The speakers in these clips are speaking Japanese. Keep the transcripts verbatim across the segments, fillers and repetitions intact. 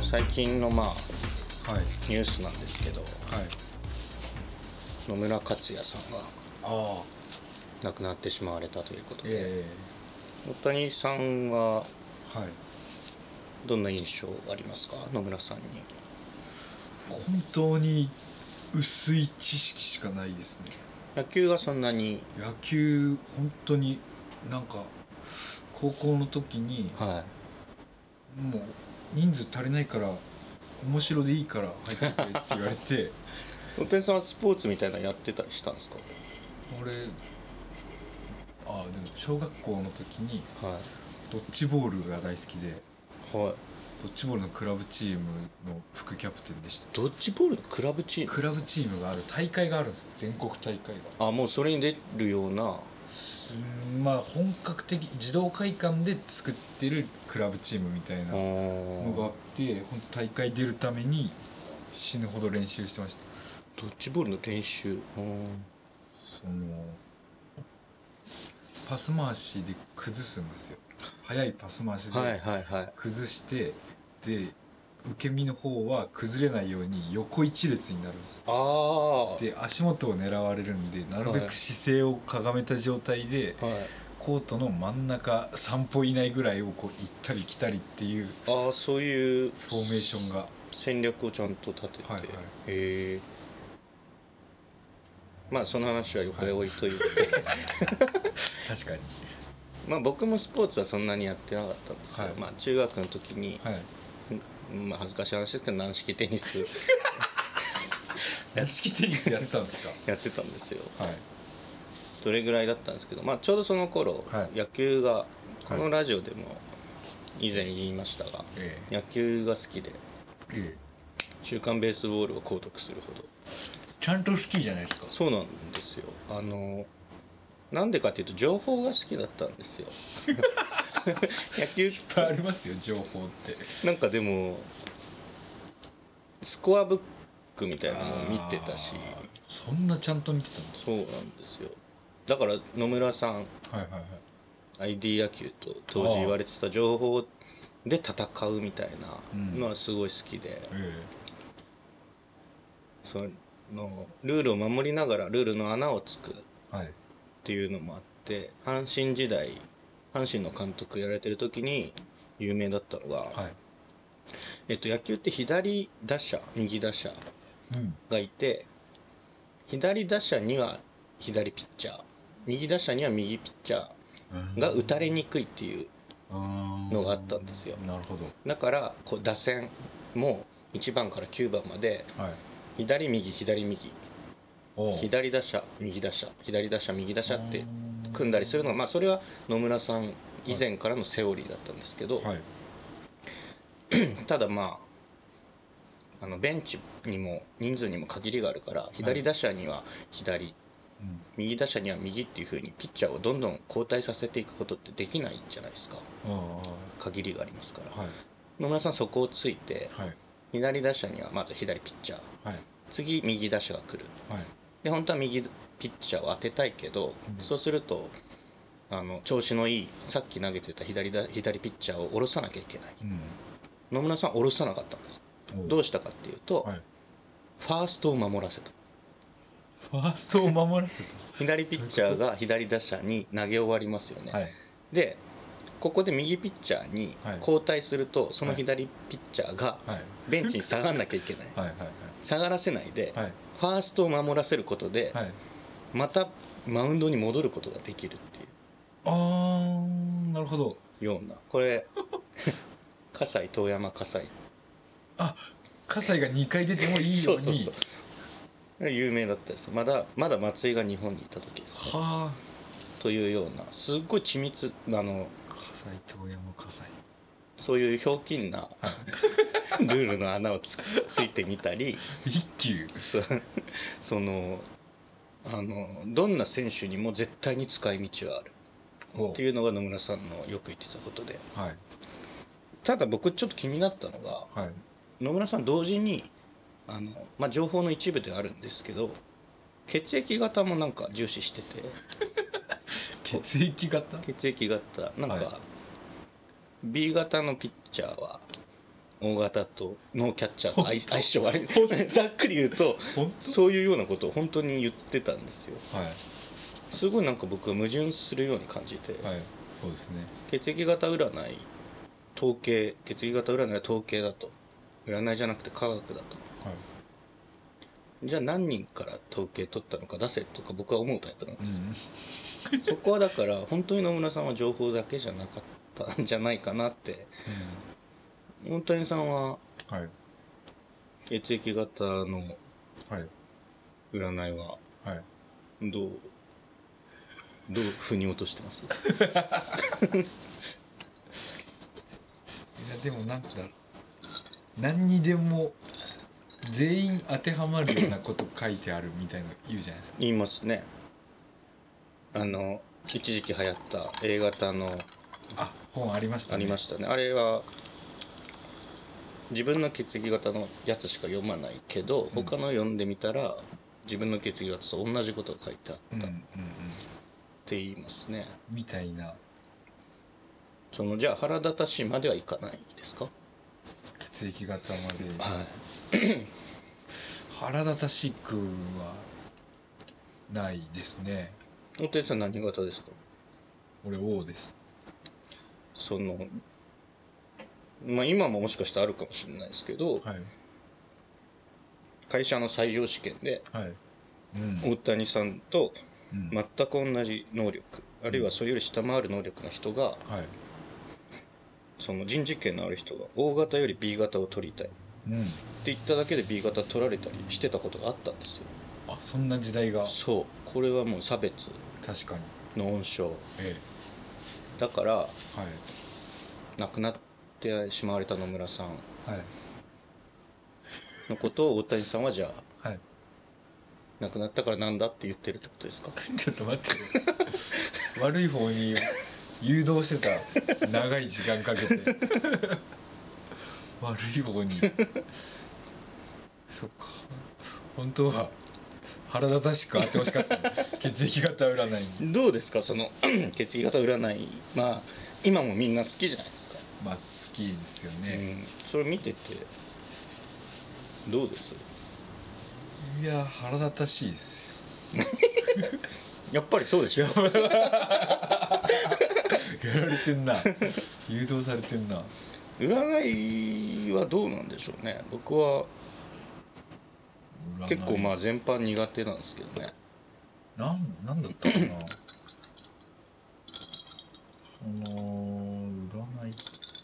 最近のまあ、 はい、 ニュースなんですけど、 はい、 野村克也さんがあ亡くなってしまわれたということで、 え大谷さんはー、はい、 どんな印象ありますか、野村さんに。 本当に薄い知識しかないですね。 野球はそんなに。 野球本当になんか高校の時に、 はもう人数足りないから面白でいいから入ってくれって言われてい。大谷さんはスポーツみたいなのやってたりしたんですか。 俺あでも小学校の時にはドッジボールが大好きで、 いはい。 ドッジボールのクラブチームの副キャプテンでした。 ドッジボールのクラブチーム。 クラブチームがある大会があるんですよ、全国大会が。 あ、もうそれに出るような。 うんまあ本格的児童会館で作ってるクラブチームみたいなのがあって、本当大会出るために死ぬほど練習してました。 ドッジボールの練習。 そのパス回しで崩すんですよ。速いパス回しではいはいはい。 崩して、で受け身の方は崩れないように横一列になるんです。 ああ。 で足元を狙われるんで、なるべく姿勢をかがめた状態で、 はい。 コートの真ん中さん歩以内ぐらいをこう行ったり来たりっていうああ、そういうフォーメーションが。 戦略をちゃんと立てて、 はいはい、 へえ。まあその話は横へ置いといて、 確かに。 まあ僕もスポーツはそんなにやってなかったんですよ、 はい、 まあ中学の時に、 はい、 まあ恥ずかしい話ですけど軟式テニス軟式テニスやってたんですか。 やってたんですよ。 はい、 どれぐらいだったんですけど、まあちょうどその頃、 はい、 野球がこのラジオでも以前言いましたが、 え野球が好きで、 えええ、 週刊ベースボールを購読するほど。 ちゃんと好きじゃないですか。 そうなんですよ。あのなんでかっていうと情報が好きだったんですよ野球いっぱいありますよ情報って。 なんかでもスコアブックみたいなのを見てたし。 そんなちゃんと見てたんですか。 そうなんですよ。だから野村さん、 はいはいはい、 アイディー 野球と当時言われてた情報で戦うみたいなのはすごい好きで、 うん、えそのルールを守りながらルールの穴をつくえ、はい、 っていうのもあって、阪神時代阪神の監督やられてる時に有名だったのが、 はい、 えっと、野球って左打者右打者がいて、うん、左打者には左ピッチャー、右打者には右ピッチャーが打たれにくいっていうのがあったんですよ。 なるほど。 だからこう打線もいちばんからきゅうばんまで、はい、左右左右左打者右打者左打者右打者って組んだりするのが、まあそれは野村さん以前からのセオリーだったんですけど、はい、ただまああのベンチにも人数にも限りがあるから、左打者には左、はい、右打者には右っていう風にピッチャーをどんどん交代させていくことってできないじゃないですか。限りがありますから、はい、野村さんそこをついて、はい、左打者にはまず左ピッチャー、はい、次右打者が来る、はい、で本当は右ピッチャーを当てたいけど、うん、そうするとあの調子のいいさっき投げてた 左, だ左ピッチャーを下ろさなきゃいけない、うん、野村さん下ろさなかったんです。どうしたかっていうと、はい、ファーストを守らせた。 ファーストを守らせた左ピッチャーが左打者に投げ終わりますよね、はい、でここで右ピッチャーに交代すると、はい、その左ピッチャーがベンチに下がらなきゃいけない、はいはいはい、下がらせないで、はい、ファーストを守らせることで、はい、またマウンドに戻ることができるっていう。 あー、なるほど。 ようなこれ葛西遠山葛西、 あ、葛西がにかい出てもいいようにそうそうそう有名だったです。まだまだ松井が日本にいた時ですね。はあ。というようなすっごい緻密あの葛西遠山葛西そういうひょうきんなルールの穴を つ, ついてみたり一級そ, そのあのどんな選手にも絶対に使い道はあるっていうのが野村さんのよく言ってたことで、はい、ただ僕ちょっと気になったのが、はい、野村さん同時にあの、まあ、情報の一部ではあるんですけど血液型もなんか重視してて血液型血液型なんか、はい、B 型のピッチャーは大型とノーキャッチャーの相相性はざっくり言うとそういうようなことを本当に言ってたんですよ、はい、すごいなんか僕は矛盾するように感じて、はい、 そうですね、 血液型占い統計血液型占いは統計だと占いじゃなくて科学だと、はい、じゃあ何人から統計取ったのか出せとか僕は思うタイプなんですよ、うん、そこはだから本当に野村さんは情報だけじゃなかったんじゃないかなって、うん、大谷さんは血液型の占いはどうどう腑に落としてますいやでもなんか何にでも全員当てはまるようなこと書いてあるみたいなの言うじゃないですか。 言いますね。あの一時期流行った A 型のあ本ありましたね。 ありましたね。あれは自分の血液型のやつしか読まないけど、うん、他の読んでみたら自分の血液型と同じことが書いてあった、うんうんうん、って言いますね。 みたいな。 そのじゃあ腹立たしまではいかないですか？ 血液型まで、 はい、 腹立たしくはないですね。 大谷さん何型ですか？ 俺 O です。 そのまあ今ももしかしたらあるかもしれないですけど、はい、会社の採用試験で、はいうん、大谷さんと全く同じ能力、うん、あるいはそれより下回る能力の人が、はい、その人事権のある人が O 型より B 型を取りたい、うん、って言っただけで B 型取られたりしてたことがあったんですよ。 あ、そんな時代が。 そう、これはもう差別の温床、ええ、だから、はい、亡くなってしまわれた野村さんのことを大谷さんはじゃあ、はい、亡くなったからなんだって言ってるってことですか？ ちょっと待って悪い方に誘導してた長い時間かけて悪い方にそっか、本当は腹立たしくあってほしかった血液型占いに。どうですかその血液型占い、まあ今もみんな好きじゃないですか。 まあ好きですよね、 うん、それ見ててどうです？ いや腹立たしいですよやっぱりそうでしょやられてんな誘導されてんな。 占いはどうなんでしょうね。僕は結構まあ全般苦手なんですけどね。 なん、なんだったかなその占い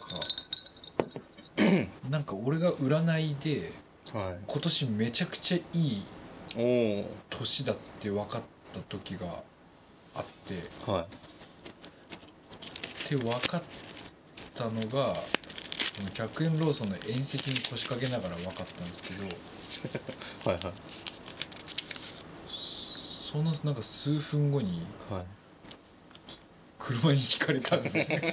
かなんか俺が占いで、はい、今年めちゃくちゃいい年だって分かった時があって、はい、って分かったのがひゃくえんローソンの縁石に腰掛けながら分かったんですけどはいはい、そのなんか数分後に車にひかれたんですよね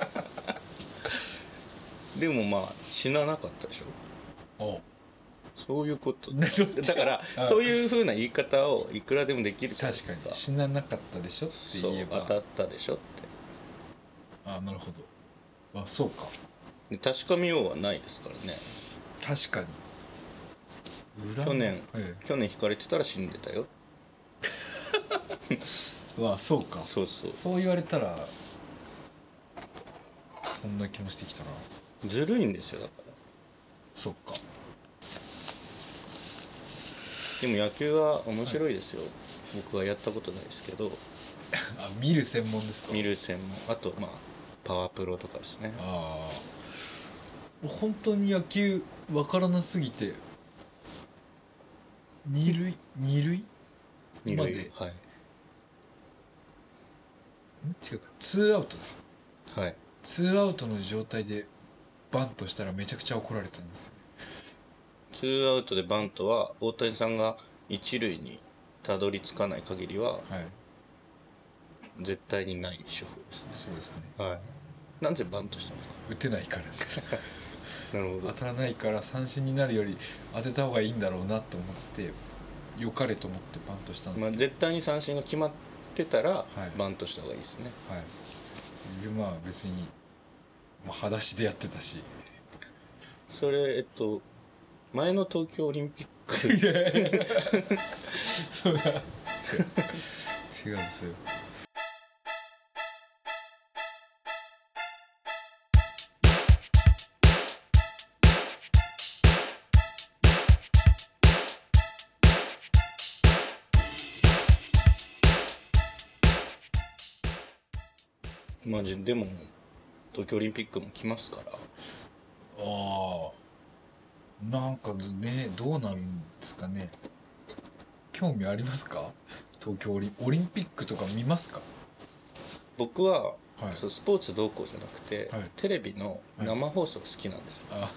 でもまあ死ななかったでしょ。あ、そういうことだからそういう風な言い方をいくらでもできるからですか。 確かに死ななかったでしょって言えばそう当たったでしょって。 あ、なるほど。あ、そうか。 確かめようはないですからね。 確かに去年、ええ、去年引かれてたら死んでたよわあ、そうか。 そうそう、 そう言われたらそんな気もしてきたな。 ずるいんですよだから。 そっか。 でも野球は面白いですよ、はい、僕はやったことないですけどあ、見る専門ですか？ 見る専門、あとまあパワープロとかですね。 ああ、本当に野球わからなすぎて二塁二塁二塁まで、はい、 違うか、ツーアウトだ。はい。ツーアウトの状態でバントしたらめちゃくちゃ怒られたんですよ。 ツーアウトでバントは大谷さんが一塁にたどり着かない限りは、はい、絶対にない手法ですね。 そうですね。 はい。なんでバントしたんですか？ 打てないからですなるほど。 当たらないから三振になるより当てた方がいいんだろうなと思ってよかれと思ってバントしたんですけど、 まあ、絶対に三振が決まってたらバントした方がいいですね。 はい、でまあ別に、まあ、裸足でやってたしそれえっと前の東京オリンピックいやいやそうだ違う違うんですよ。 まあでも東京オリンピックも来ますから。ああなんかねどうなるんですかね。興味ありますか？東京オリン、オリンピックとか見ますか？ 僕は、はい、そうスポーツどうこうじゃなくて、はい、テレビの生放送好きなんです、はい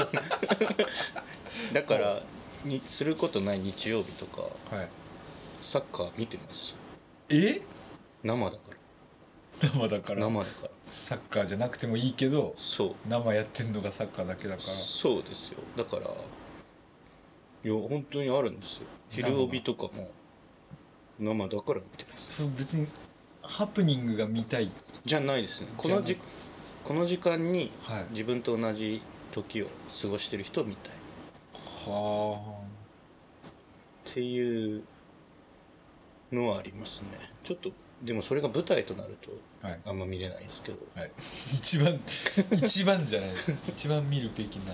、だからにすることない日曜日とか、はい、サッカー見てます。 え？ 生だから生だから生だからサッカーじゃなくてもいいけど、 そう生やってんのがサッカーだけだから。 そうですよ。だからいや本当にあるんですよ。昼帯とかも生だから見てます。 そう別にハプニングが見たいじゃないですね。このじこの時間に自分と同じ時を過ごしてる人を見たい。はあ。っていうのはありますね。ちょっとでもそれが舞台となるとあんま見れないですけど、 はいはい、一番一番じゃない一番見るべきな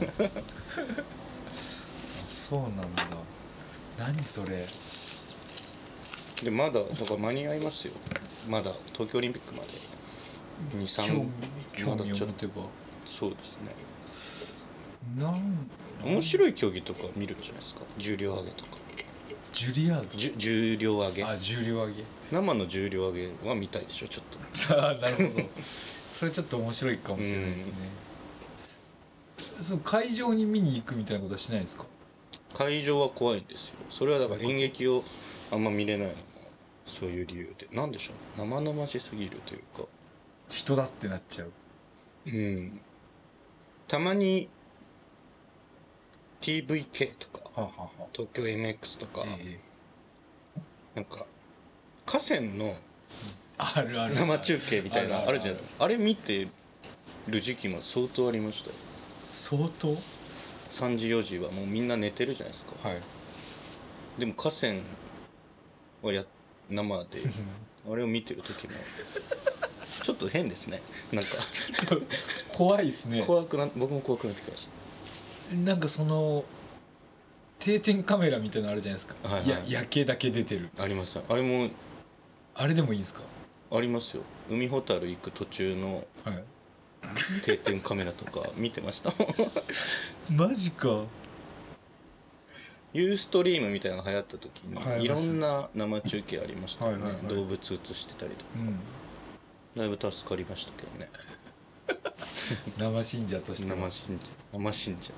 そうなんだ。何それでまだだから間に合いますよ。まだ東京オリンピックまでにさん興味を持てば。 そうですね。 なん面白い競技とか見るんじゃないですか。重量上げとか。 ジュリアード重量上げ。 あ重量上げ生の重量上げは見たいでしょちょっとあなるほどそれちょっと面白いかもしれないですね。その会場に見に行くみたいなことはしないですか？ 会場は怖いんですよ。それはだから演劇をあんま見れないのもそういう理由で。なんでしょう、生々しすぎるというか人だってなっちゃう。 うんたまに ティーブイケー とか、ははは東京 エムエックス とか、えー、なんか河川の生中継みたいなあるじゃないですか。あれ見てる時期も相当ありましたよ。 相当さんじよじはもうみんな寝てるじゃないですか、はい、でも河川はや生であれを見てる時もちょっと変ですね。なんか怖いですね。 怖くな僕も怖くなってきました。 なんかその定点カメラみたいなのあるじゃないですか、はいはい、いや夜景だけ出てるあります。あれもあれでもいいですか？ ありますよ。海ほたる行く途中の定点カメラとか見てましたマジか。 ユーストリームみたいなのが流行った時にいろんな生中継ありましたよね、はいはいはい、動物映してたりとか、うん、だいぶ助かりましたけどね生信者として生信者生信者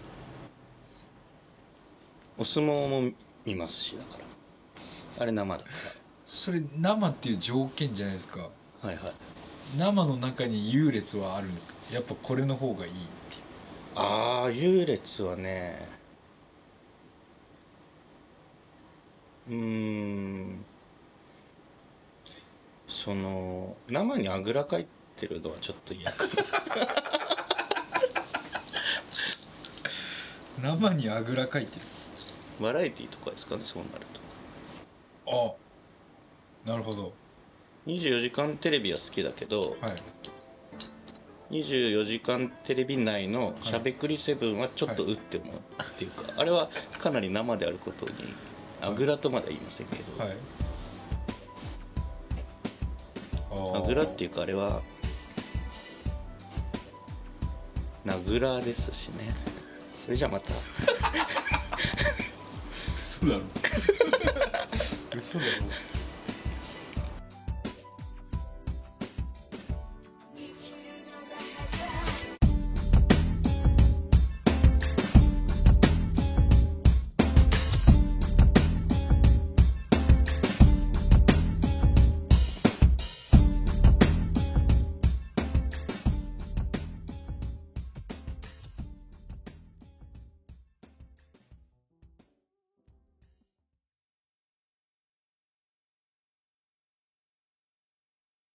お相撲も見ますし、だからあれ生だから。 それ生っていう条件じゃないですか。 はいはい。 生の中に優劣はあるんですか？やっぱこれの方がいいっていう。 ああ優劣はねうーんその生にあぐらかいてるのはちょっと嫌かな生にあぐらかいてるバラエティーとかですかね、そうなると。あなるほど。 にじゅうよじかんテレビは好きだけど、はい、にじゅうよじかんテレビ内のしゃべくりセブンはちょっとうって思うっていうか、はい、あれはかなり生であることにあぐらとまだ言いませんけど、はい、あぐらっていうかあれはなぐらですしね。それじゃまた嘘だろ嘘だろ